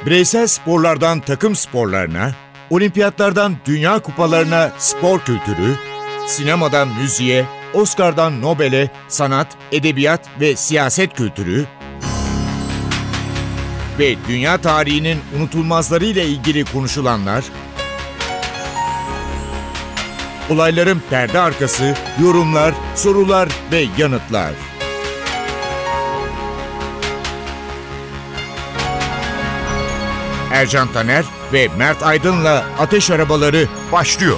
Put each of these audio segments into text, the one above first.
Bireysel sporlardan takım sporlarına, olimpiyatlardan dünya kupalarına spor kültürü, sinemadan müziğe, Oscar'dan Nobel'e sanat, edebiyat ve siyaset kültürü ve dünya tarihinin unutulmazlarıyla ilgili konuşulanlar, olayların perde arkası, yorumlar, sorular ve yanıtlar. Ercan Taner ve Mert Aydın'la Ateş Arabaları başlıyor.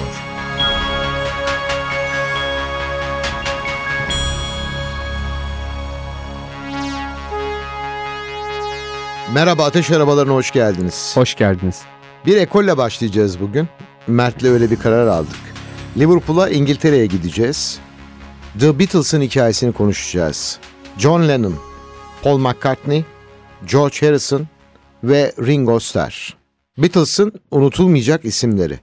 Merhaba, Ateş Arabalarına hoş geldiniz. Hoş geldiniz. Bir ekolle başlayacağız bugün. Mert'le öyle bir karar aldık. Liverpool'a, İngiltere'ye gideceğiz. The Beatles'ın hikayesini konuşacağız. John Lennon, Paul McCartney, George Harrison ve Ringo Starr. Beatles'ın unutulmayacak isimleri.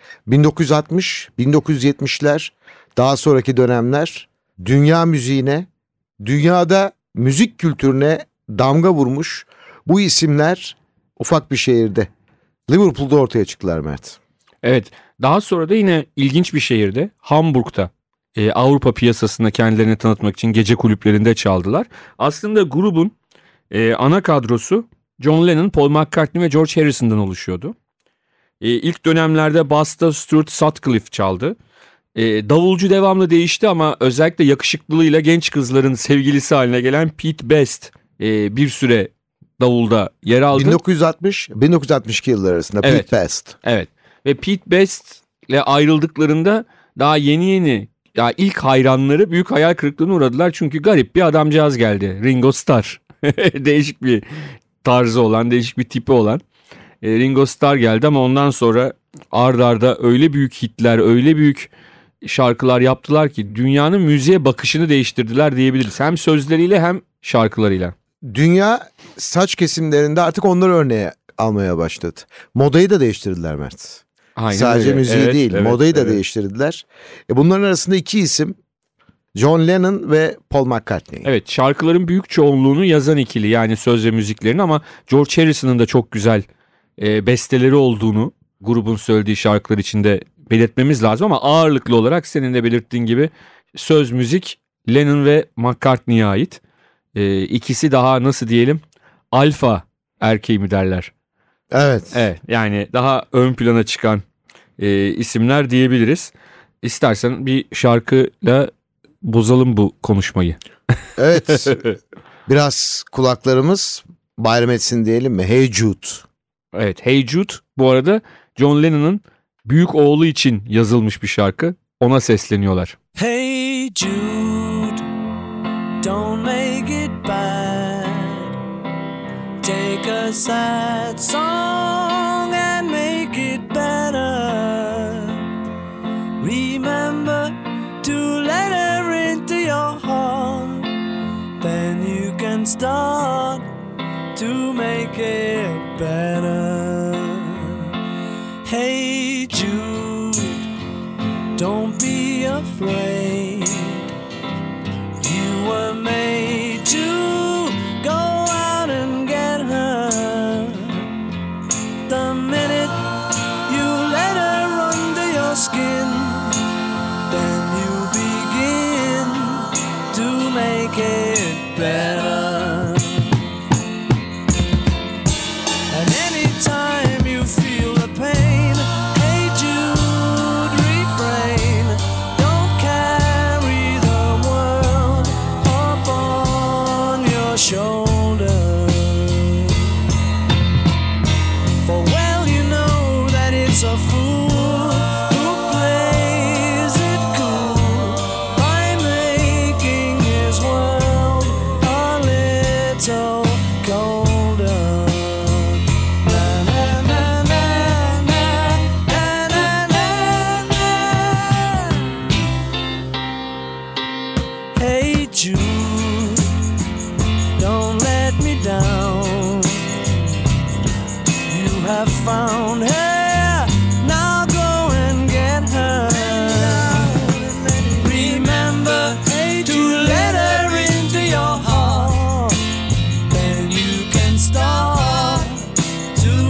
1960, 1970'ler, daha sonraki dönemler dünya müziğine, dünyada müzik kültürüne damga vurmuş bu isimler ufak bir şehirde, Liverpool'da ortaya çıktılar Mert. Evet, daha sonra da yine ilginç bir şehirde, Hamburg'da Avrupa piyasasında kendilerini tanıtmak için gece kulüplerinde çaldılar. Aslında grubun ana kadrosu John Lennon, Paul McCartney ve George Harrison'dan oluşuyordu. İlk dönemlerde bass'ta Stuart Sutcliffe çaldı. Davulcu devamlı değişti ama özellikle yakışıklılığıyla genç kızların sevgilisi haline gelen Pete Best bir süre davulda yer aldı. 1960-1962 yılları arasında evet, Pete Best. Evet ve Pete Best ile ayrıldıklarında daha yeni ilk hayranları büyük hayal kırıklığına uğradılar. Çünkü garip bir adamcağız geldi, Ringo Starr. Değişik bir tarzı olan, değişik bir tipi olan Ringo Starr geldi ama ondan sonra ard arda öyle büyük hitler, öyle büyük şarkılar yaptılar ki dünyanın müziğe bakışını değiştirdiler diyebiliriz. Hem sözleriyle hem şarkılarıyla. Dünya saç kesimlerinde artık onları örneğe almaya başladı. Modayı da değiştirdiler Mert. Aynen sadece öyle. müziği Evet, değil, evet, modayı da evet. değiştirdiler. Bunların arasında iki isim, John Lennon ve Paul McCartney. Evet, şarkıların büyük çoğunluğunu yazan ikili, yani söz ve müziklerini, ama George Harrison'ın da çok güzel besteleri olduğunu grubun söylediği şarkılar içinde belirtmemiz lazım, ama ağırlıklı olarak senin de belirttiğin gibi söz müzik Lennon ve McCartney'e ait. İkisi daha nasıl diyelim, alfa erkeği mi derler? Evet. Evet, yani daha ön plana çıkan isimler diyebiliriz. İstersen bir şarkıyla bozalım bu konuşmayı. Evet. Biraz kulaklarımız bayram etsin diyelim mi? Hey Jude. Evet, Hey Jude bu arada John Lennon'ın büyük oğlu için yazılmış bir şarkı. Ona sesleniyorlar. Hey Jude, don't make it bad. Take a sad song and make it better. Remember to let her into your heart. Then you can start to make it better. Hey Jude, don't be afraid. You were made to go out and get her. The minute you let her under your skin, then you begin to make it better. And anytime you feel the pain, hey Jude, refrain. Don't carry the world upon your shoulder. For well you know that it's a fool who plays it cool by making his world a little colder. Na, na, na, na, na, na, na, na. Hey Jude, don't let me down. You have found her, now go and get her. Remember to let her into your heart. Then you can start to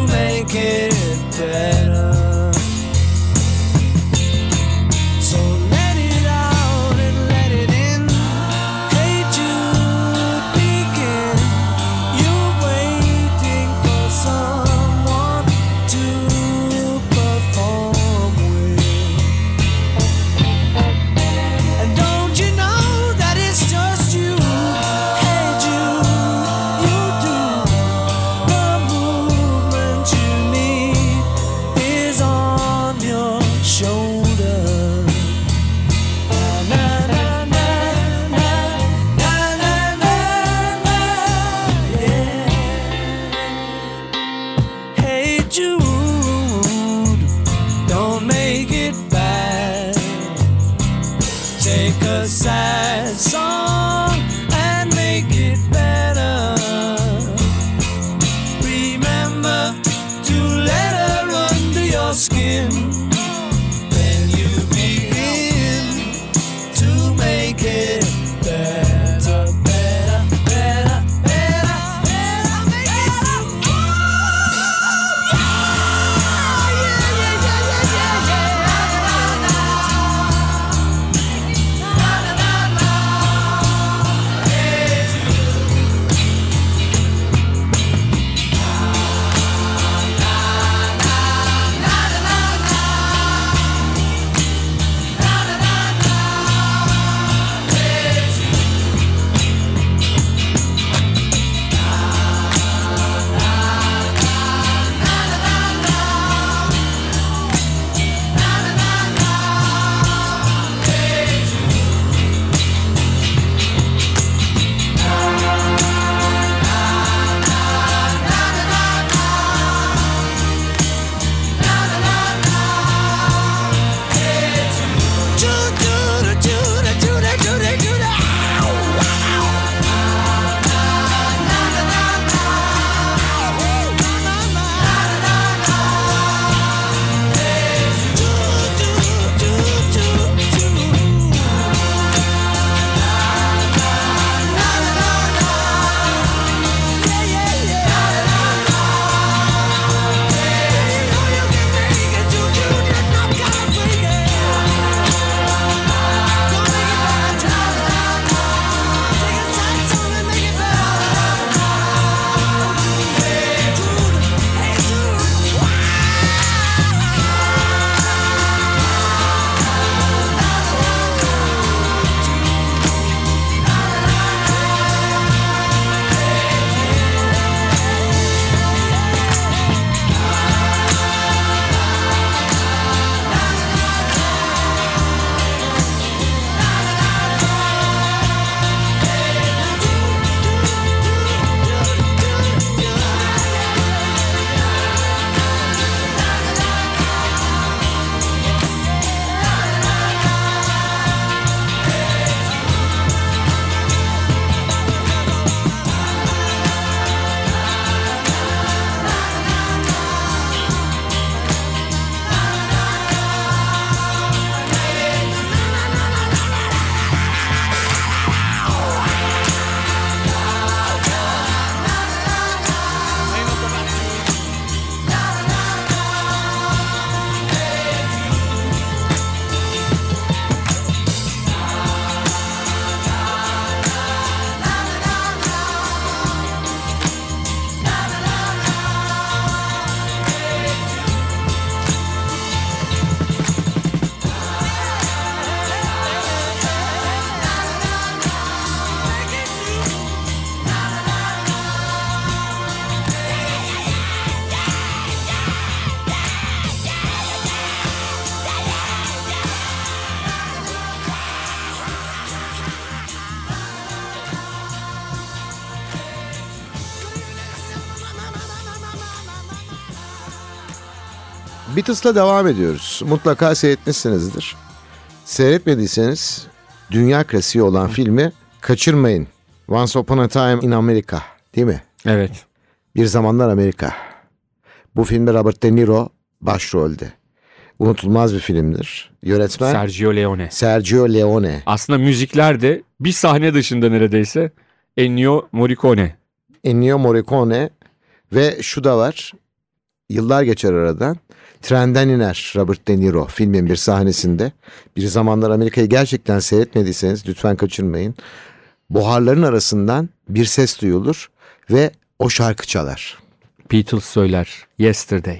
Beatles'la devam ediyoruz. Mutlaka seyretmişsinizdir. Seyretmediyseniz dünya klasiği olan filmi kaçırmayın. Once Upon a Time in America, değil mi? Evet. Bir Zamanlar Amerika. Bu filmde Robert De Niro başrolde. Unutulmaz bir filmdir. Yönetmen Sergio Leone. Aslında müzikler de bir sahne dışında neredeyse Ennio Morricone ve şu da var. Yıllar geçer aradan. Trenden iner Robert De Niro filmin bir sahnesinde. Bir Zamanlar Amerika'yı gerçekten seyretmediyseniz lütfen kaçırmayın. Buharların arasından bir ses duyulur ve o şarkı çalar. Beatles söyler Yesterday.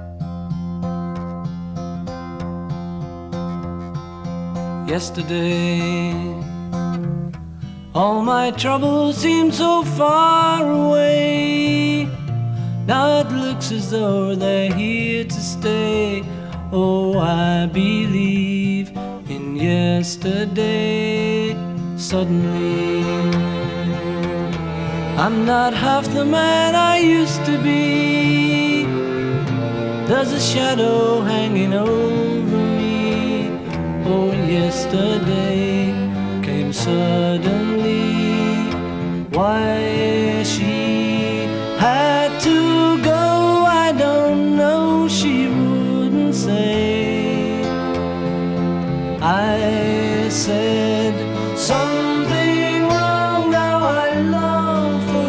Yesterday, all my troubles seem so far away. Now it looks as though they're here to stay. Oh, I believe in yesterday. Suddenly, I'm not half the man I used to be. There's a shadow hanging over me. Oh, yesterday came suddenly. Why she had to go, I don't know, she wouldn't say. I said something wrong, now I long for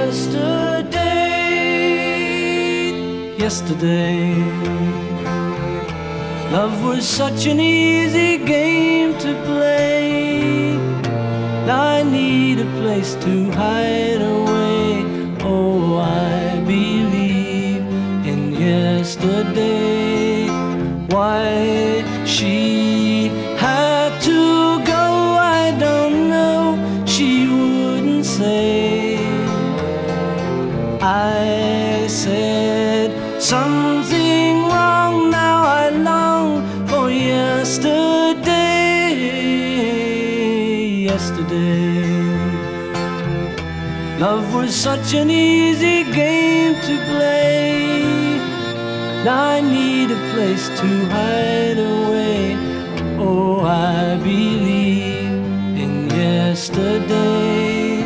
yesterday. Yesterday, love was such an easy game to play. Now I need a place to hide away. Oh, I believe in yesterday. Why she had to go, I don't know, she wouldn't say. I said something wrong, now I long for yesterday. Yesterday, love was such an easy game to play. Now I need a place to hide away. Oh, I believe in yesterday.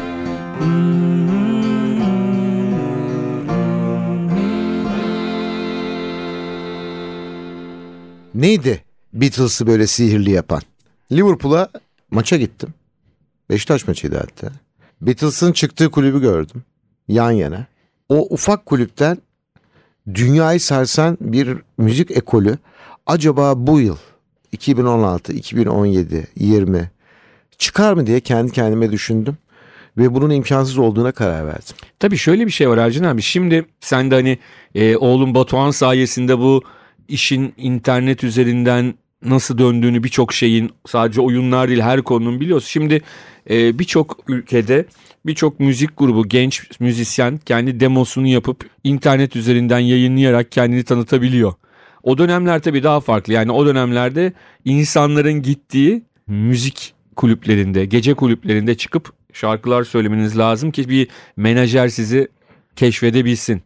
Neydi Beatles'ı böyle sihirli yapan? Liverpool'a maça gittim. Beşiktaş maçıydı hatta. Beatles'ın çıktığı kulübü gördüm. Yan yana. O ufak kulüpten dünyayı sarsan bir müzik ekolü acaba bu yıl 2016, 2017, 20 çıkar mı diye kendi kendime düşündüm. Ve bunun imkansız olduğuna karar verdim. Tabii şöyle bir şey var Ercan abi. Şimdi sen de hani oğlum Batuhan sayesinde bu işin internet üzerinden nasıl döndüğünü, birçok şeyin, sadece oyunlar değil her konunun biliyorsun. Şimdi birçok ülkede birçok müzik grubu, genç müzisyen kendi demosunu yapıp internet üzerinden yayınlayarak kendini tanıtabiliyor. O dönemler tabii daha farklı. Yani o dönemlerde insanların gittiği müzik kulüplerinde, gece kulüplerinde çıkıp şarkılar söylemeniz lazım ki bir menajer sizi keşfedebilsin.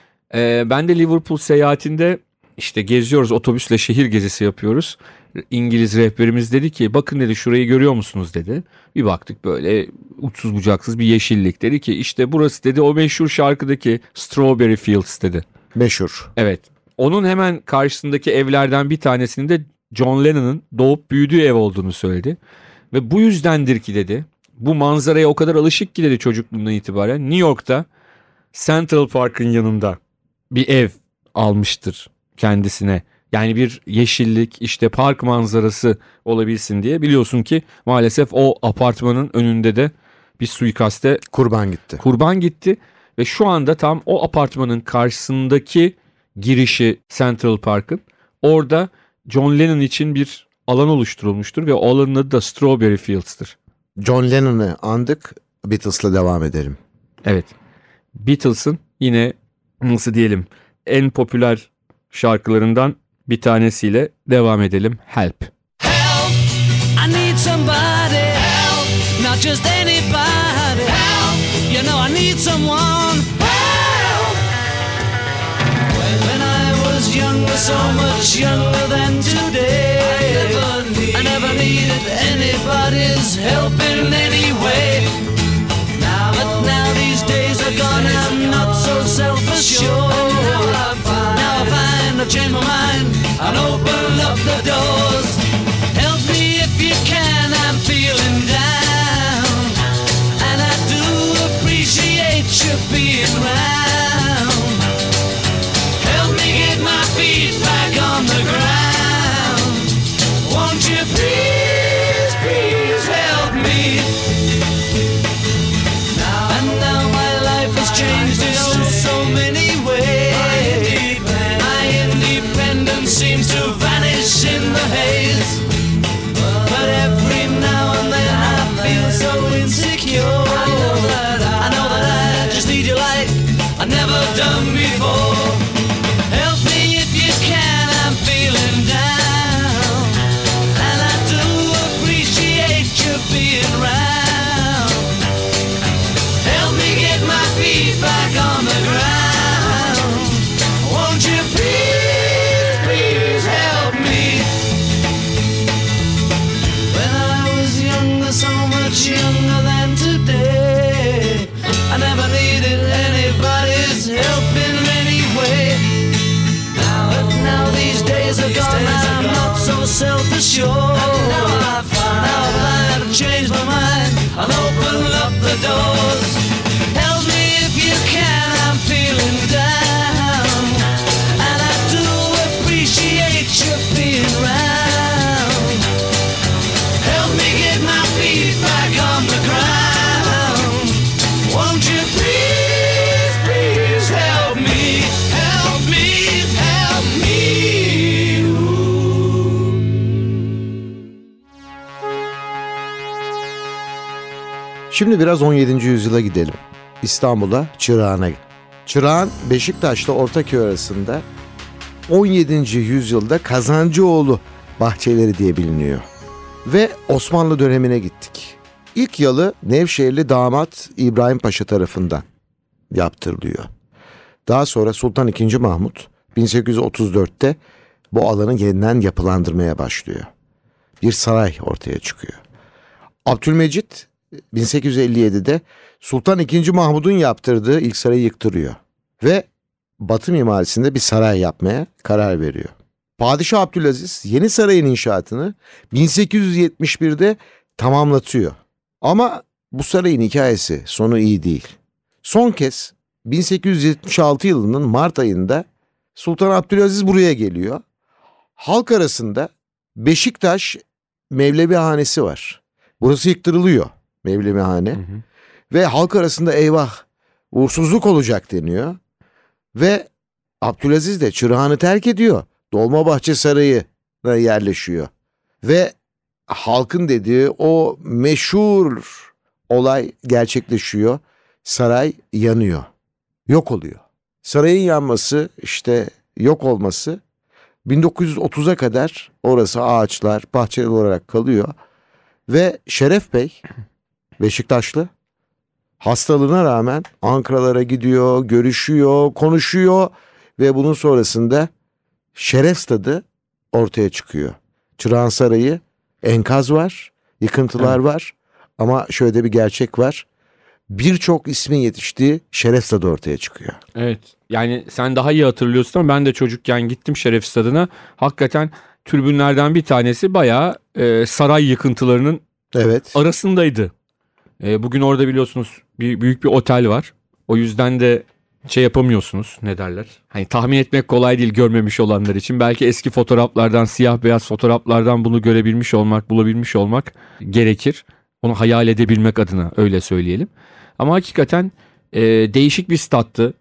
Ben de Liverpool seyahatinde işte geziyoruz, otobüsle şehir gezisi yapıyoruz. İngiliz rehberimiz dedi ki bakın dedi, şurayı görüyor musunuz dedi. Bir baktık böyle uçsuz bucaksız bir yeşillik, dedi ki işte burası dedi o meşhur şarkıdaki Strawberry Fields dedi. Meşhur. Evet. Onun hemen karşısındaki evlerden bir tanesinin de John Lennon'ın doğup büyüdüğü ev olduğunu söyledi. Ve bu yüzdendir ki dedi, bu manzaraya o kadar alışık ki dedi çocukluğundan itibaren New York'ta Central Park'ın yanında bir ev almıştır kendisine. Yani bir yeşillik, işte park manzarası olabilsin diye. Biliyorsun ki maalesef o apartmanın önünde de bir suikaste kurban gitti. Ve şu anda tam o apartmanın karşısındaki girişi Central Park'ın, orada John Lennon için bir alan oluşturulmuştur ve o alanın adı da Strawberry Fields'tır. John Lennon'ı andık, Beatles'la devam edelim. Evet, Beatles'ın yine nasıl diyelim en popüler şarkılarından bir tanesiyle devam edelim. Help. Help, I need somebody. Help, not just anybody. Help, you know I need someone. Help. When I was young, the so much younger than today. I never needed anybody's help in any way. But now these days are gone, I'm not so self-assured. Now I find I've changed my mind and open up the doors. Help me if you can, I'm feeling down, and I do appreciate you being round. Help me get my feet back on the ground. Won't you please, please help me? And now my life has changed in oh so many ways. My independence seems to vanish in the haze. But every now and then I feel so insecure. I know that I just need you like I've never done before. Help me if you can, I'm feeling down, and I do appreciate you being round. Help me get my feet back on the ground. Won't you please, please help me? When I was younger, so much younger than today, I never needed anybody's help in any way. But now these days are gone, I'm not so self-assured. Now I find I've changed my mind, I'll open up the doors. Help me if you can, I'm feeling down, and I do appreciate you being round. Help me get my feet back on the ground. Won't you please, please help me? Help me, help me. Şimdi biraz 17. yüzyıla gidelim. İstanbul'a, Çırağan'a. Çırağan, Beşiktaş'la Ortaköy arasında 17. yüzyılda Kazancıoğlu bahçeleri diye biliniyor. Ve Osmanlı dönemine gittik. İlk yalı Nevşehirli damat İbrahim Paşa tarafından yaptırılıyor. Daha sonra Sultan II. Mahmut 1834'te bu alanı yeniden yapılandırmaya başlıyor. Bir saray ortaya çıkıyor. Abdülmecit 1857'de Sultan II. Mahmud'un yaptırdığı ilk sarayı yıktırıyor. Ve Batı mimarisinde bir saray yapmaya karar veriyor. Padişah Abdülaziz yeni sarayın inşaatını 1871'de tamamlatıyor. Ama bu sarayın hikayesi sonu iyi değil. Son kez 1876 yılının Mart ayında Sultan Abdülaziz buraya geliyor. Halk arasında Beşiktaş Mevlevihanesi var. Burası yıktırılıyor, Mevlevihane. Ve halk arasında eyvah uğursuzluk olacak deniyor. Ve Abdülaziz de Çırağan'ı terk ediyor. Dolmabahçe Sarayı'na yerleşiyor. Ve halkın dediği o meşhur olay gerçekleşiyor. Saray yanıyor. Yok oluyor. Sarayın yanması, işte yok olması 1930'a kadar orası ağaçlar, bahçeler olarak kalıyor. Ve Şeref Bey, Beşiktaşlı, hastalığına rağmen Ankara'lara gidiyor, görüşüyor, konuşuyor ve bunun sonrasında Şeref Stadı ortaya çıkıyor. Çırağan Sarayı, enkaz var, yıkıntılar var ama şöyle bir gerçek var. Birçok ismin yetiştiği Şeref Stadı ortaya çıkıyor. Evet, yani sen daha iyi hatırlıyorsun ama ben de çocukken gittim Şeref Stadı'na. Hakikaten tribünlerden bir tanesi bayağı saray yıkıntılarının arasındaydı. Bugün orada biliyorsunuz büyük bir otel var. O yüzden de şey yapamıyorsunuz, ne derler? Hani tahmin etmek kolay değil görmemiş olanlar için. Belki eski fotoğraflardan, siyah beyaz fotoğraflardan bunu görebilmiş olmak, bulabilmiş olmak gerekir. Onu hayal edebilmek adına öyle söyleyelim. Ama hakikaten değişik bir stattı.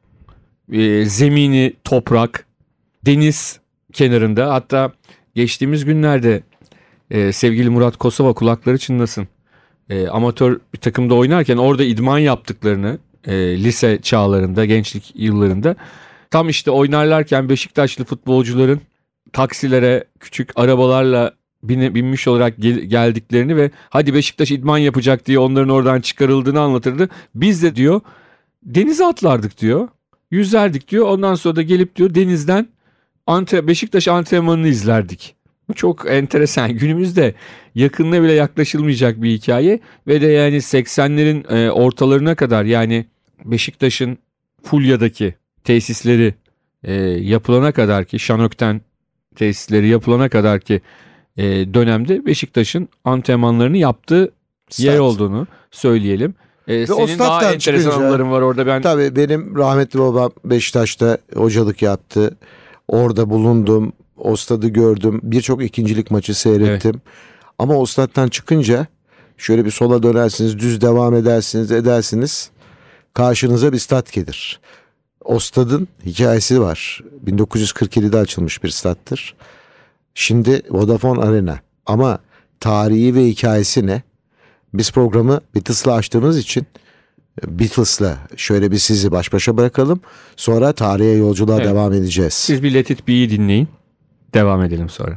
Zemini toprak, deniz kenarında. Hatta geçtiğimiz günlerde sevgili Murat Kosova kulakları çınlasın. Amatör bir takımda oynarken orada idman yaptıklarını lise çağlarında, gençlik yıllarında tam işte oynarlarken Beşiktaşlı futbolcuların taksilere, küçük arabalarla binmiş olarak geldiklerini ve hadi Beşiktaş idman yapacak diye onların oradan çıkarıldığını anlatırdı. Biz de diyor denize atlardık diyor, yüzerdik diyor. Ondan sonra da gelip diyor denizden Beşiktaş antrenmanını izlerdik. Bu çok enteresan. Günümüzde yakınına bile yaklaşılmayacak bir hikaye ve de yani 80'lerin ortalarına kadar, yani Beşiktaş'ın Fulya'daki tesisleri yapılana kadar ki, Şanok'ten tesisleri yapılana kadar ki dönemde Beşiktaş'ın antrenmanlarını yaptığı yer olduğunu söyleyelim. Senin daha enteresan anıların var orada. Tabii benim rahmetli babam Beşiktaş'ta hocalık yaptı. Orada bulundum. O stadı gördüm. Birçok ikincilik maçı seyrettim. Evet. Ama o stat'tan çıkınca şöyle bir sola dönersiniz, düz devam edersiniz. Karşınıza bir stat gelir. O stadın hikayesi var. 1947'de açılmış bir stattır. Şimdi Vodafone Arena. Ama tarihi ve hikayesi ne? Biz programı Beatles'la açtığımız için Beatles'la şöyle bir sizi baş başa bırakalım. Sonra tarihe yolculuğa devam edeceğiz. Siz bir Let It Be'yi dinleyin. Devam edelim sonra.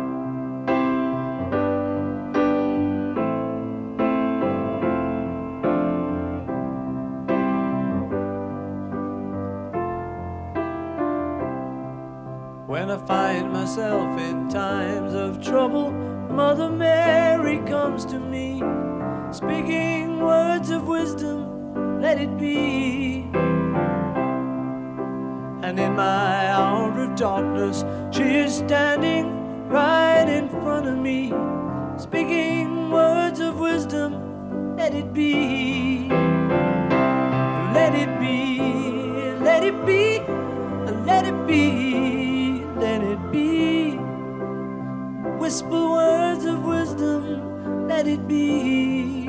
When I find myself in times of trouble, Mother Mary comes to me, speaking words of wisdom, let it be. And in my hour of darkness, she is standing right in front of me, speaking words of wisdom, let it be. Let it be, let it be, let it be, let it be. Whisper words of wisdom, let it be.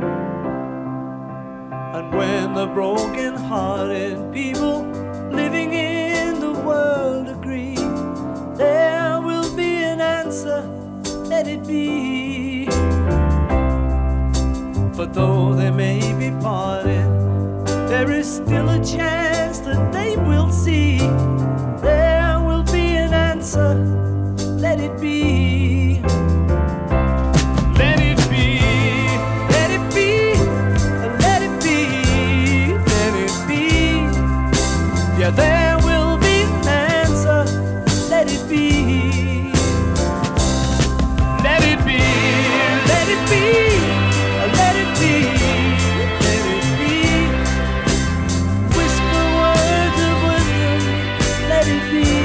And when the broken-hearted people living in the world agree, there will be an answer, let it be. For though they may be parted, there is still a chance that they will see. There will be an answer, let it be. Let it be, let it be, let it be, let it be. Yeah, there will be an answer, let it be. Let it be, let it be, let it be, let it be. Whisper words of wisdom, let it be.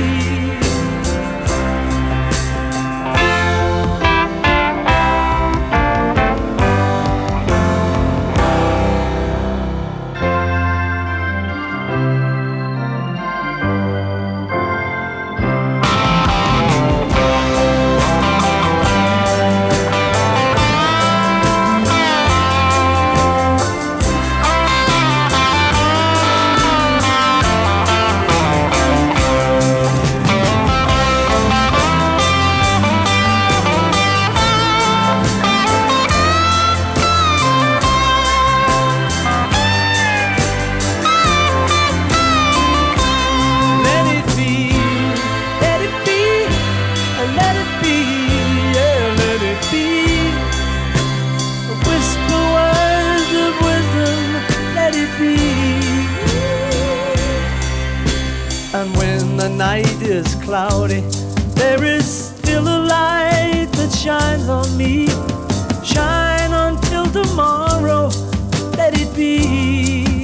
Night is cloudy, there is still a light that shines on me. Shine until tomorrow, let it be.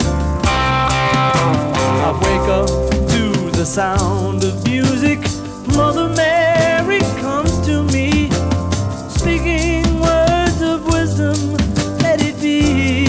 I wake up to the sound of music. Mother Mary comes to me, speaking words of wisdom, let it be.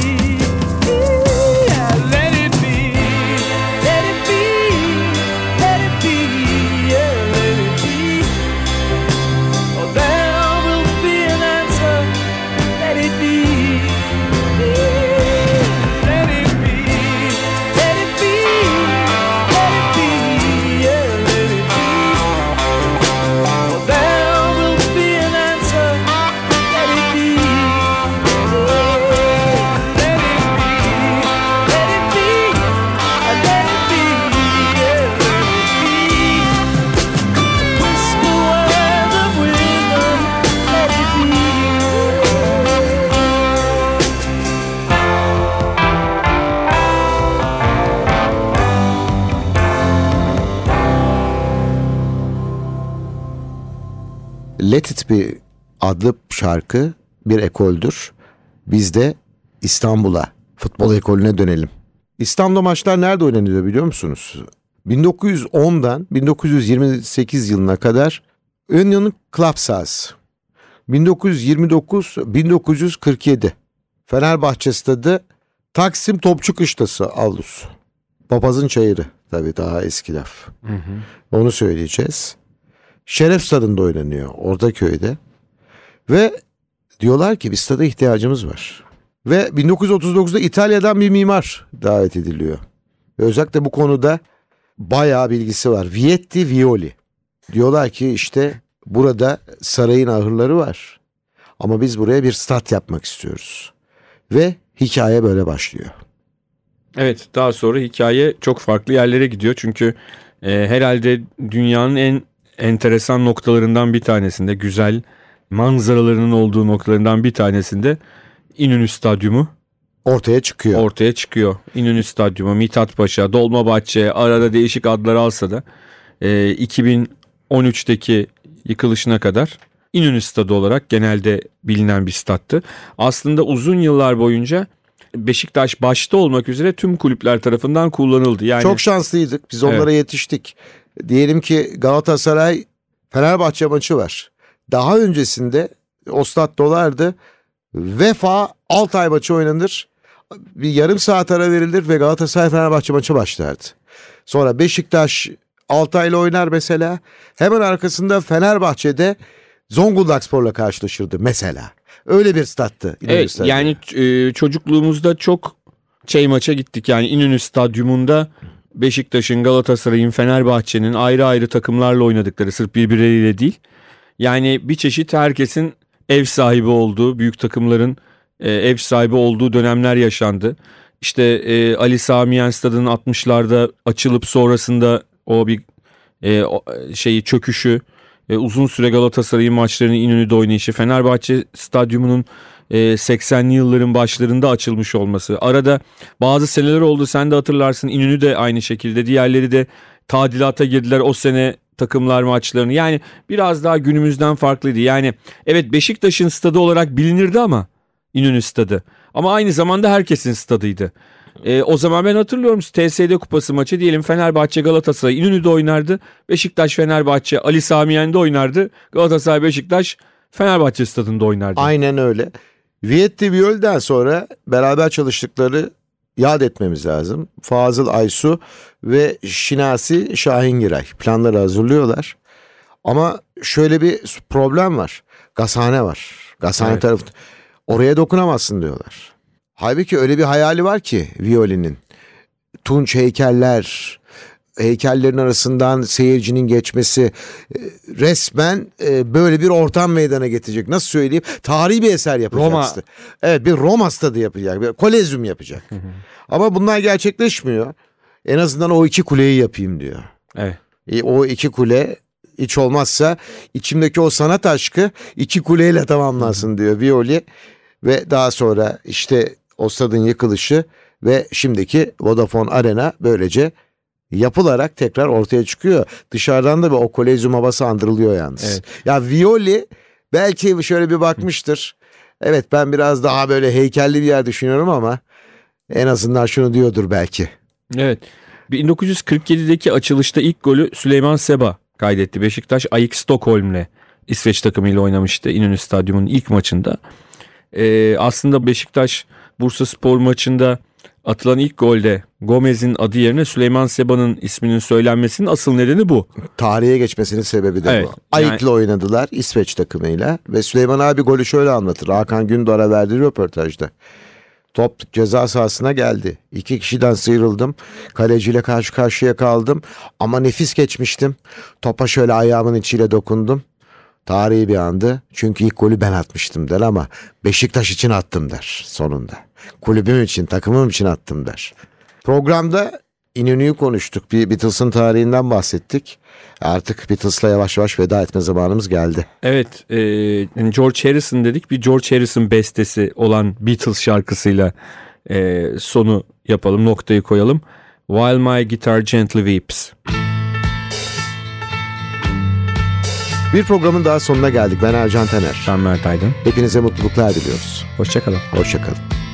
Yeah. Let It Be adlı şarkı bir ekoldür. Biz de İstanbul'a, futbol ekolüne dönelim. İstanbul'da maçlar nerede oynanıyor biliyor musunuz? 1910'dan 1928 yılına kadar Union Club sahası. 1929-1947 Fenerbahçe Stadı, Taksim Topçu Kışlası avlusu. Papazın Çayırı, tabii daha eski laf. Onu söyleyeceğiz. Şeref Stadı'nda oynanıyor, Ortaköy'de. Ve diyorlar ki bir stada ihtiyacımız var. Ve 1939'da İtalya'dan bir mimar davet ediliyor. Ve özellikle bu konuda bayağı bilgisi var. Vietti Violi. Diyorlar ki işte burada sarayın ahırları var. Ama biz buraya bir stat yapmak istiyoruz. Ve hikaye böyle başlıyor. Evet, daha sonra hikaye çok farklı yerlere gidiyor. Çünkü herhalde dünyanın en enteresan noktalarından bir tanesinde, güzel manzaralarının olduğu noktalarından bir tanesinde İnönü Stadyumu ortaya çıkıyor. İnönü Stadyumu, Mithatpaşa, Dolmabahçe, arada değişik adlar alsa da 2013'teki yıkılışına kadar İnönü Stadı olarak genelde bilinen bir stattı. Aslında uzun yıllar boyunca Beşiktaş başta olmak üzere tüm kulüpler tarafından kullanıldı. Yani çok şanslıydık. Biz onlara yetiştik. Diyelim ki Galatasaray Fenerbahçe maçı var. Daha öncesinde o stat dolardı. Vefa Altay maçı oynanır. Bir yarım saat ara verilir ve Galatasaray Fenerbahçe maçı başlardı. Sonra Beşiktaş Altay'la oynar mesela. Hemen arkasında Fenerbahçe'de Zonguldakspor'la karşılaşırdı mesela. Öyle bir stattı. Evet, yani çocukluğumuzda çok maça gittik. Yani İnönü Stadyumunda Beşiktaş'ın, Galatasaray'ın, Fenerbahçe'nin ayrı ayrı takımlarla oynadıkları, sırf birbirleriyle değil. Yani bir çeşit herkesin ev sahibi olduğu, büyük takımların ev sahibi olduğu dönemler yaşandı. İşte Ali Sami Yen Stadı'nın 60'larda açılıp sonrasında o bir çöküşü, uzun süre Galatasaray'ın maçlarını İnönü'de oynayışı, Fenerbahçe Stadyumu'nun 80'li yılların başlarında açılmış olması. Arada bazı seneler oldu, sen de hatırlarsın, İnönü de aynı şekilde, diğerleri de tadilata girdiler o sene takımlar maçlarını. Yani biraz daha günümüzden farklıydı. Yani evet, Beşiktaş'ın stadı olarak bilinirdi ama İnönü Stadı. Ama aynı zamanda herkesin stadıydı. O zaman ben hatırlıyorum, TSD Kupası maçı diyelim, Fenerbahçe Galatasaray İnönü'de oynardı. Beşiktaş Fenerbahçe Ali Sami Yen'de oynardı. Galatasaray Beşiktaş Fenerbahçe stadında oynardı. Aynen öyle. Vietti Violi'den sonra beraber çalıştıkları yad etmemiz lazım. Fazıl Aysu ve Şinasi Şahingiray planları hazırlıyorlar. Ama şöyle bir problem var. Gazhane var. Gazhane tarafında. Oraya dokunamazsın diyorlar. Halbuki öyle bir hayali var ki Violi'nin. Tunç heykeller, heykellerin arasından seyircinin geçmesi, resmen böyle bir ortam meydana getirecek. Nasıl söyleyeyim? Tarihi bir eser yapacaktı. Evet, bir Roma stadı yapacak, bir kolezyum yapacak. Ama bunlar gerçekleşmiyor. En azından o iki kuleyi yapayım diyor. Evet. O iki kule hiç olmazsa içimdeki o sanat aşkı iki kuleyle tamamlansın diyor Violi. Ve daha sonra işte o stadın yıkılışı ve şimdiki Vodafone Arena böylece yapılarak tekrar ortaya çıkıyor. Dışarıdan da o kolezyum havası andırılıyor yalnız. Evet. Ya Violi belki şöyle bir bakmıştır. Evet, ben biraz daha böyle heykelli bir yer düşünüyorum ama en azından şunu diyordur belki. Evet. 1947'deki açılışta ilk golü Süleyman Seba kaydetti. Beşiktaş AIK Stockholm'le, İsveç takımıyla oynamıştı İnönü Stadyumu'nun ilk maçında. Aslında Beşiktaş Bursaspor maçında atılan ilk golde Gomez'in adı yerine Süleyman Seba'nın isminin söylenmesinin asıl nedeni bu. Tarihe geçmesinin sebebi de bu. AIK'le oynadılar, İsveç takımıyla, ve Süleyman abi golü şöyle anlatır. Hakan Gündoğar'a verdiği röportajda. Top ceza sahasına geldi. 2 kişiden sıyrıldım. Kaleciyle karşı karşıya kaldım. Ama nefis geçmiştim. Topa şöyle ayağımın içiyle dokundum. Tarihi bir andı. Çünkü ilk golü ben atmıştım der ama Beşiktaş için attım der sonunda. Kulübüm için, takımım için attım der. Programda İnönü'yü konuştuk. Bir Beatles'ın tarihinden bahsettik. Artık Beatles'la yavaş yavaş veda etme zamanımız geldi. Evet, George Harrison dedik. Bir George Harrison bestesi olan Beatles şarkısıyla sonu yapalım, noktayı koyalım. While My Guitar Gently Weeps. Bir programın daha sonuna geldik. Ben Ercan Taner. Ben Mert Aydın. Hepinize mutluluklar diliyoruz. Hoşçakalın. Hoşçakalın.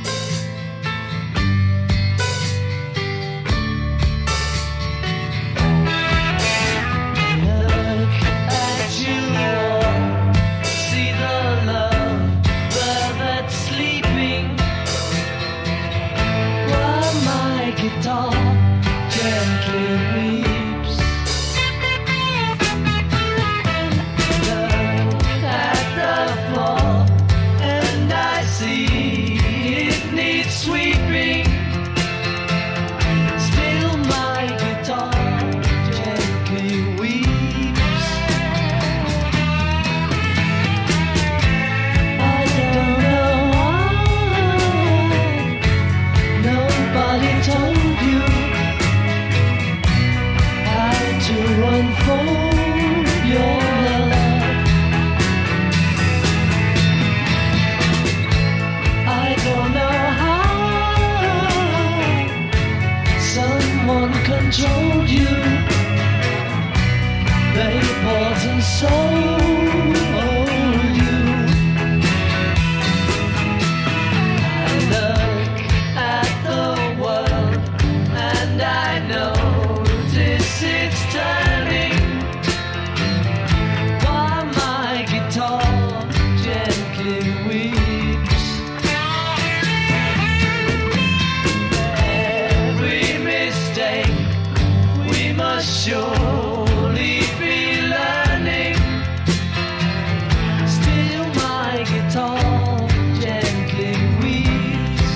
Controlled you, they bought and sold you. I look at the world and I notice it's turning, while my guitar gently weeps. Every mistake we must surely be learning. Still my guitar gently weeps.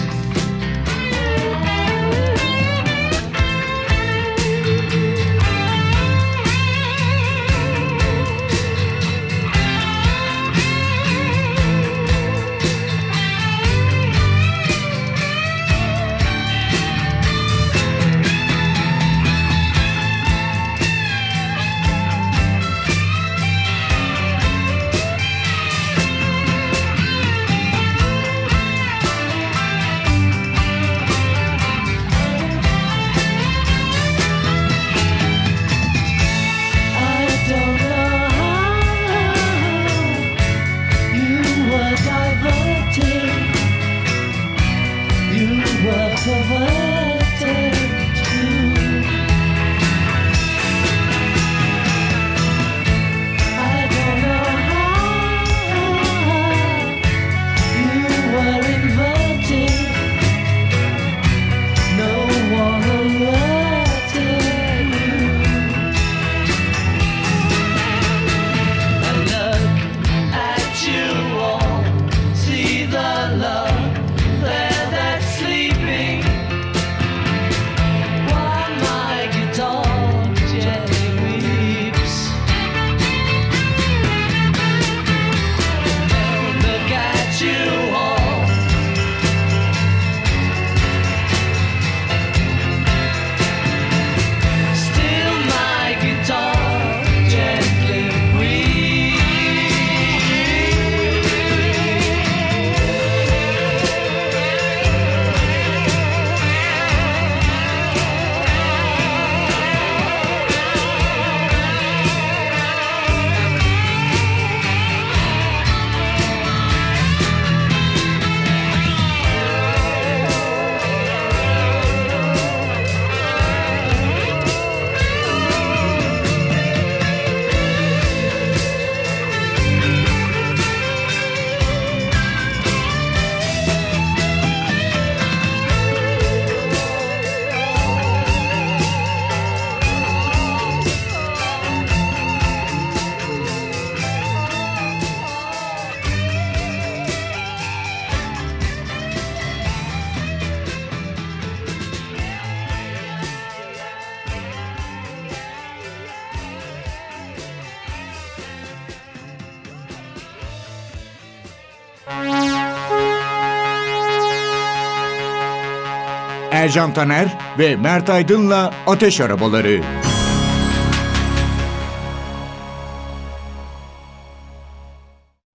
Ercan Taner ve Mert Aydın'la Ateş Arabaları.